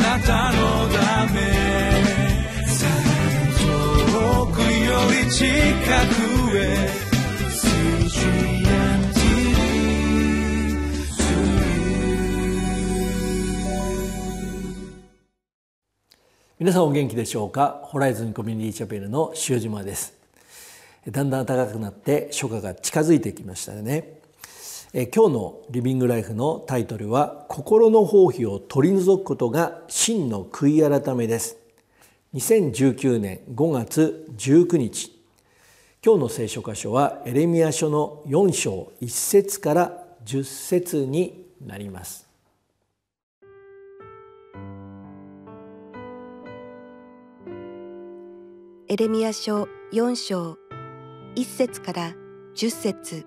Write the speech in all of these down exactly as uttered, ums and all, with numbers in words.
なたのため遠くより近くへ皆さんお元気でしょうか。ホライズンコミュニティチャペルの塩島です。だんだん暖かくなって初夏が近づいてきましたよね。え今日のリビングライフのタイトルは心の放棄を取り除くことが真の悔い改めです。にせんじゅうきゅうねんごがつじゅうくにち、今日の聖書箇所はエレミヤ書のよんしょういっせつからじゅっせつになります。 エレミヤ書よんしょういっせつからじゅっせつ。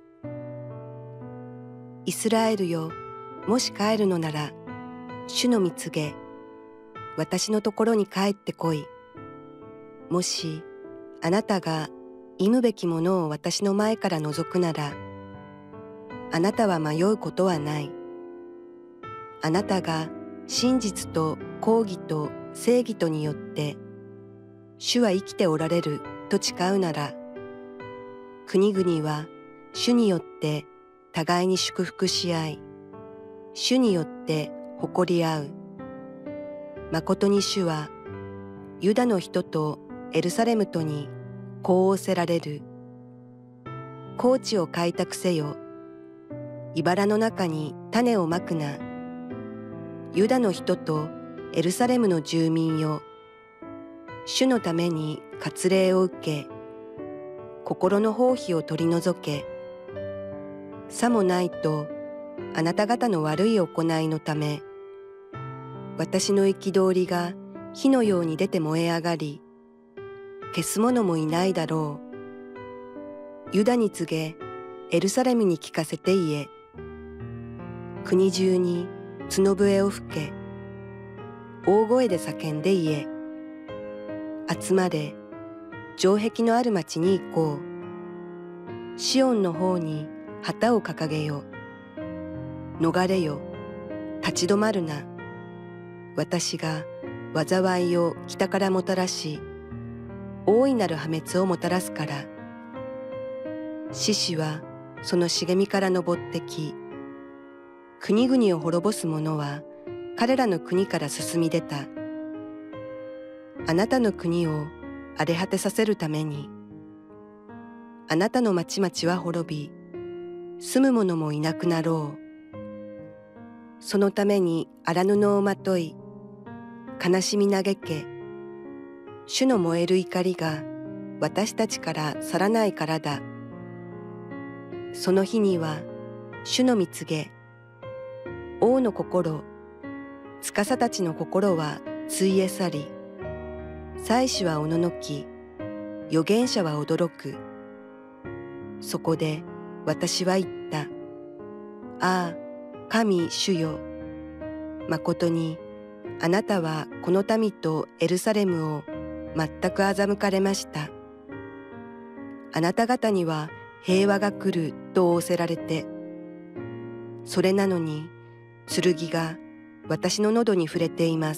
イスラエルよ、もし帰るのなら、主の蜜げ、私のところに帰ってこい。もしあなたが忌むべきものを私の前から除くなら、あなたは迷うことはない。あなたが真実と公義と正義とによって主は生きておられると誓うなら、国々は主によって互いに祝福し合い、主によって誇り合う。まことに主はユダの人とエルサレムとにこう仰せられる。高地を開拓せよ。茨の中に種をまくな。ユダの人とエルサレムの住民よ。主のために割礼を受け、心の放棄を取り除け。さもないとあなた方の悪い行いのため、私の憤りが火のように出て燃え上がり、消す者もいないだろう。ユダに告げ、エルサレムに聞かせて言え。国中に角笛を吹け、大声で叫んで言え。集まれ、城壁のある町に行こう。シオンの方に旗を掲げよ。逃れよ、立ち止まるな。私が災いを北からもたらし、大いなる破滅をもたらすから。獅子はその茂みから登ってき、国々を滅ぼす者は彼らの国から進み出た。あなたの国を荒れ果てさせるために、あなたの町々は滅び、住む者もいなくなろう。そのために荒布をまとい、悲しみ嘆け。主の燃える怒りが私たちから去らないからだ。その日には主の蜜げ、王の心、司たちの心はついえ去り、祭司はおののき、預言者は驚く。そこで私は言った。ああ、神主よ。まことにあなたはこの民とエルサレムを全く欺かれました。あなた方には平和が来ると仰せられて、それなのに剣が私の喉に触れています。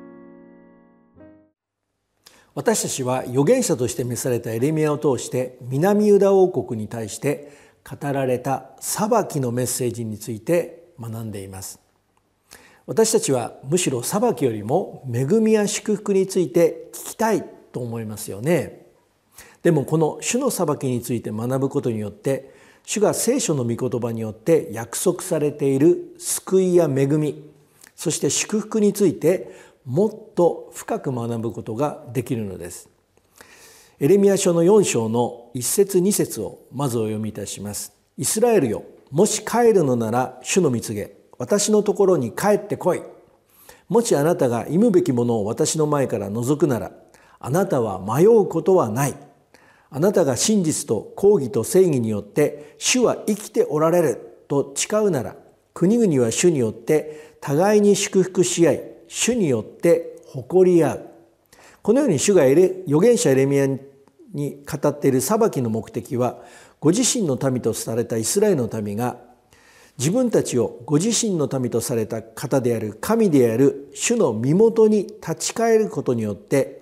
私たちは預言者として召されたエレミヤを通して南ユダ王国に対して語られた裁きのメッセージについて学んでいます。私たちはむしろ裁きよりも恵みや祝福について聞きたいと思いますよね。でもこの主の裁きについて学ぶことによって主が聖書の御言葉によって約束されている救いや恵み、そして祝福についてもっと深く学ぶことができるのです。エレミヤ書のよんしょうのいっせつにせつをまずお読みいたします。イスラエルよ、もし帰るのなら主の蜜げ、私のところに帰ってこい。もしあなたが忌むべきものを私の前から除くなら、あなたは迷うことはない。あなたが真実と公義と正義によって主は生きておられると誓うなら、国々は主によって互いに祝福し合い、主によって誇り合う。このように主がエレ預言者エレミヤに語っている裁きの目的は、ご自身の民とされたイスラエルの民が自分たちをご自身の民とされた方である神である主の身元に立ち返ることによって、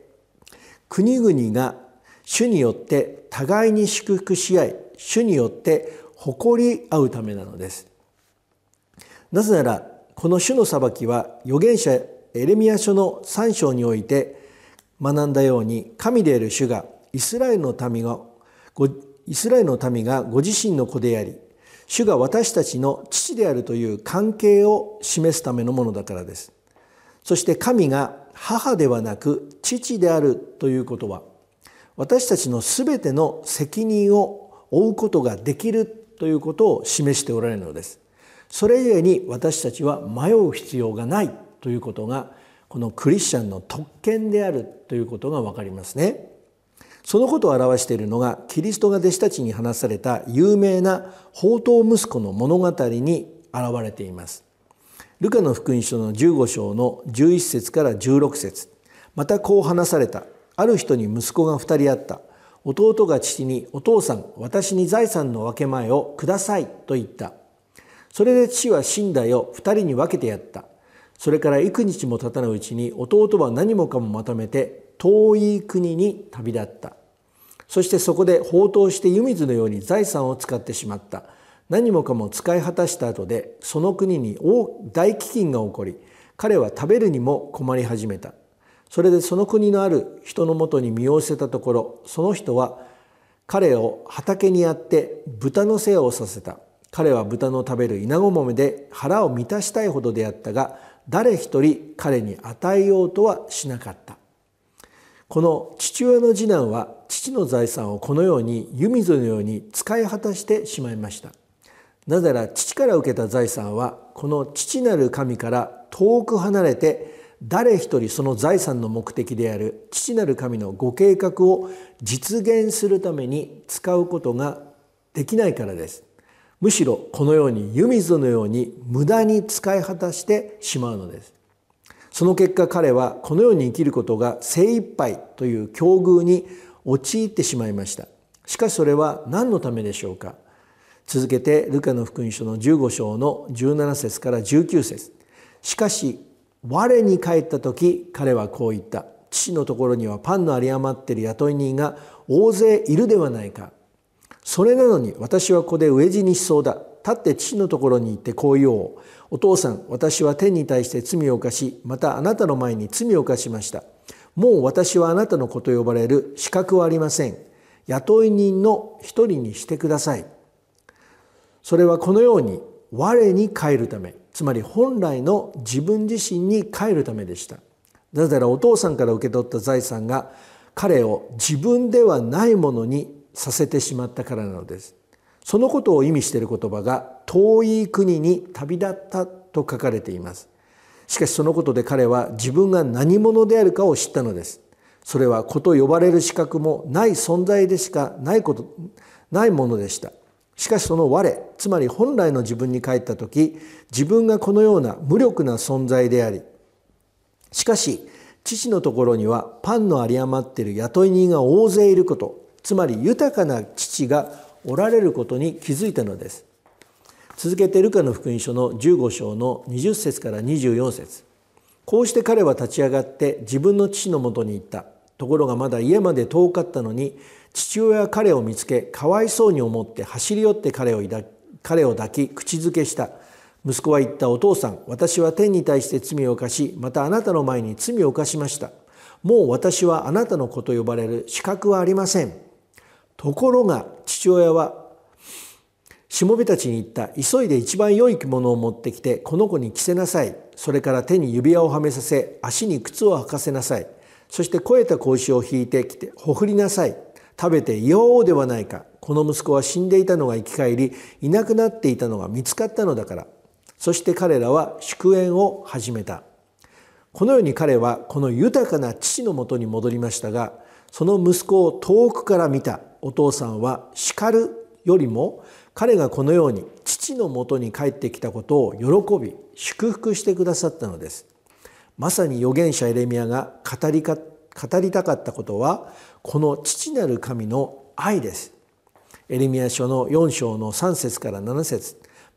国々が主によって互いに祝福し合い、主によって誇り合うためなのです。なぜなら、この主の裁きは預言者エレミヤ書のさん章において学んだように、神である主がイスラエルの民がごイスラエルの民がご自身の子であり、主が私たちの父であるという関係を示すためのものだからです。そして神が母ではなく父であるということは、私たちのすべての責任を負うことができるということを示しておられるのです。それゆえに私たちは迷う必要がないということが、このクリスチャンの特権であるということが分かりますね。そのことを表しているのが、キリストが弟子たちに話された有名な放蕩息子の物語に現れています。ルカの福音書のじゅうご章のじゅういち節からじゅうろく節、またこう話された。ある人に息子が二人あった。弟が父に、お父さん、私に財産の分け前をくださいと言った。それで父は身代を二人に分けてやった。それから幾日も経たぬうちに、弟は何もかもまとめて遠い国に旅立った。そしてそこで放蕩して湯水のように財産を使ってしまった。何もかも使い果たした後で、その国に大飢饉が起こり、彼は食べるにも困り始めた。それでその国のある人のもとに身を寄せたところ、その人は彼を畑にやって豚の世話をさせた。彼は豚の食べるイナゴ豆で腹を満たしたいほどであったが、誰一人彼に与えようとはしなかった。この父親の次男は父の財産をこのように湯水のように使い果たしてしまいました。なぜなら父から受けた財産はこの父なる神から遠く離れて、誰一人その財産の目的である父なる神のご計画を実現するために使うことができないからです。むしろこのように湯水のように無駄に使い果たしてしまうのです。その結果、彼はこのように生きることが精一杯という境遇に陥ってしまいました。しかしそれは何のためでしょうか。続けてルカの福音書のじゅうご章のじゅうなな節からじゅうきゅう節。しかし我に帰った時、彼はこう言った。父のところにはパンの有り余っている雇い人が大勢いるではないか。それなのに私はここで飢え死にしそうだ。立って父のところに行ってこう言おう。お父さん、私は天に対して罪を犯し、またあなたの前に罪を犯しました。もう私はあなたの子と呼ばれる資格はありません。雇い人の一人にしてください。それはこのように我に帰るため、つまり本来の自分自身に帰るためでした。なぜならお父さんから受け取った財産が彼を自分ではないものにさせてしまったからなのです。そのことを意味している言葉が遠い国に旅立ったと書かれています。しかしそのことで彼は自分が何者であるかを知ったのです。それは子と呼ばれる資格もない存在でしかないこと、ないものでした。しかしその我、つまり本来の自分に帰った時、自分がこのような無力な存在であり、しかし父のところにはパンの有り余っている雇い人が大勢いること、つまり豊かな父がおられることに気づいたのです。続けてルカの福音書のじゅうご章のにじゅう節からにじゅうよん節。こうして彼は立ち上がって自分の父のもとに行った。ところがまだ家まで遠かったのに、父親は彼を見つけ、かわいそうに思って走り寄って彼を抱き、彼を抱き口づけした。息子は言った。お父さん、私は天に対して罪を犯し、またあなたの前に罪を犯しました。もう私はあなたの子と呼ばれる資格はありません。ところが父親はしもべたちに言った。急いで一番良い着物を持ってきてこの子に着せなさい。それから手に指輪をはめさせ、足に靴を履かせなさい。そして肥えた子牛を引いてきてほふりなさい。食べてようではないか。この息子は死んでいたのが生き返り、いなくなっていたのが見つかったのだから。そして彼らは祝宴を始めた。このように彼はこの豊かな父のもとに戻りましたが、その息子を遠くから見たお父さんは叱るよりも、彼がこのように父のもとに帰ってきたことを喜び祝福してくださったのです。まさに預言者エレミヤが語りか語りたかったことは、この父なる神の愛です。エレミヤ書のよん章のさん節からなな節。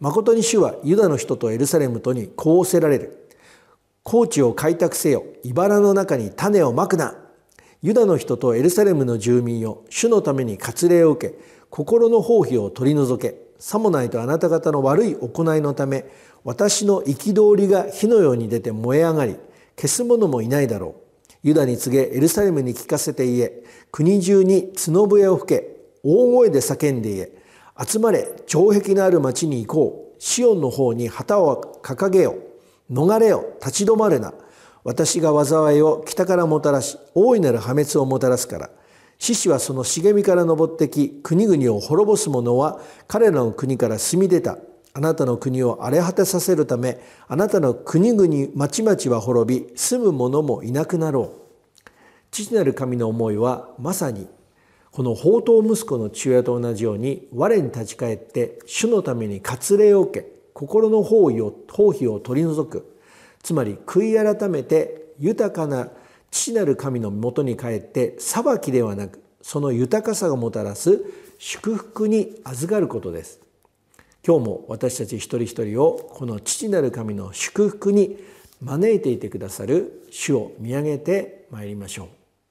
誠に主はユダの人とエルサレムとにこう仰せられる。高地を開拓せよ。茨の中に種をまくな。ユダの人とエルサレムの住民よ。主のために割礼を受け、心の放棄を取り除け。さもないとあなた方の悪い行いのため、私の憤りが火のように出て燃え上がり、消す者もいないだろう。ユダに告げ、エルサレムに聞かせて言え。国中に角笛を吹け。大声で叫んで言え。集まれ、城壁のある町に行こう。シオンの方に旗を掲げよ。逃れよ、立ち止まるな。私が災いを北からもたらし、大いなる破滅をもたらすから。獅子はその茂みから登ってき、国々を滅ぼす者は彼らの国から住み出た。あなたの国を荒れ果てさせるため、あなたの国々町々は滅び、住む者もいなくなろう。父なる神の思いはまさにこの放蕩息子の父親と同じように、我に立ち返って主のために割礼を受け、心の包囲を包囲を取り除く。つまり悔い改めて豊かな父なる神のもとに帰って、裁きではなくその豊かさがもたらす祝福に預かることです。今日も私たち一人一人をこの父なる神の祝福に招いていてくださる主を見上げてまいりましょう。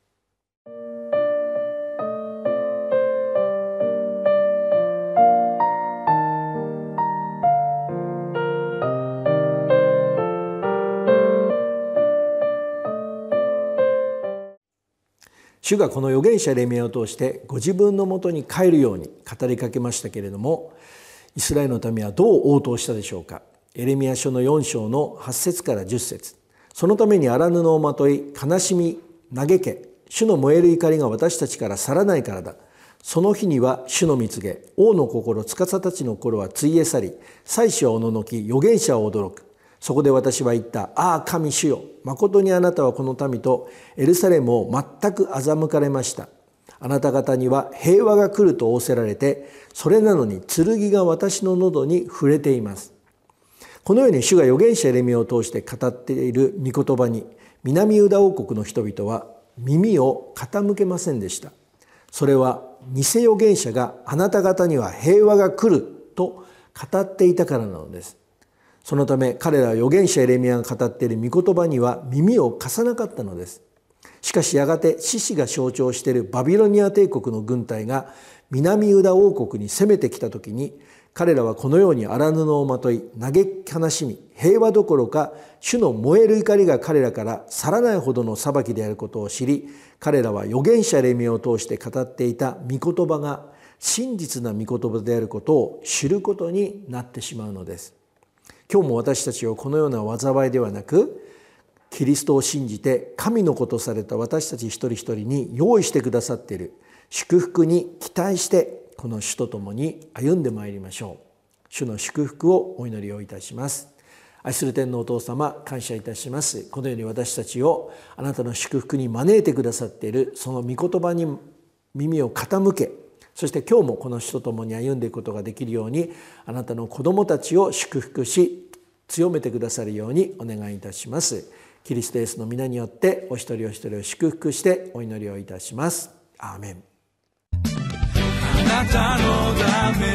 主がこの預言者エレミヤを通してご自分のもとに帰るように語りかけましたけれども、イスラエルの民はどう応答したでしょうか。エレミヤ書のよん章のはち節からじゅっ節。そのために荒布をまとい、悲しみ嘆け。主の燃える怒りが私たちから去らないからだ。その日には主の蜜げ、王の心、司たちの心はついえ去り、祭司はおののき、預言者は驚く。そこで私は言った。ああ神主よ、誠にあなたはこの民とエルサレムを全く欺かれました。あなた方には平和が来ると仰せられて、それなのに剣が私の喉に触れています。このように主が預言者エレミヤを通して語っている御言葉に、南ユダ王国の人々は耳を傾けませんでした。それは偽預言者があなた方には平和が来ると語っていたからなのです。そのため彼らは預言者エレミヤが語っている御言葉には耳を貸さなかったのです。しかしやがて獅子が象徴しているバビロニア帝国の軍隊が南ユダ王国に攻めてきた時に、彼らはこのように荒布をまとい、嘆き悲しみ、平和どころか主の燃える怒りが彼らから去らないほどの裁きであることを知り、彼らは預言者エレミヤを通して語っていた御言葉が真実な御言葉であることを知ることになってしまうのです。今日も私たちをこのような災いではなく、キリストを信じて神の子とされた私たち一人一人に用意してくださっている祝福に期待して、この主と共に歩んでまいりましょう。主の祝福をお祈りをいたします。愛する天のお父様、感謝いたします。このように私たちをあなたの祝福に招いてくださっているその御言葉に耳を傾け、そして今日もこの主と共に歩んでいくことができるように、あなたの子供たちを祝福し強めてくださるようにお願いいたします。キリストイエスの皆によってお一人お一人を祝福してお祈りをいたします。アーメン。 あなたのため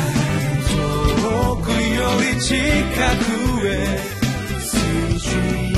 遠くより近くへ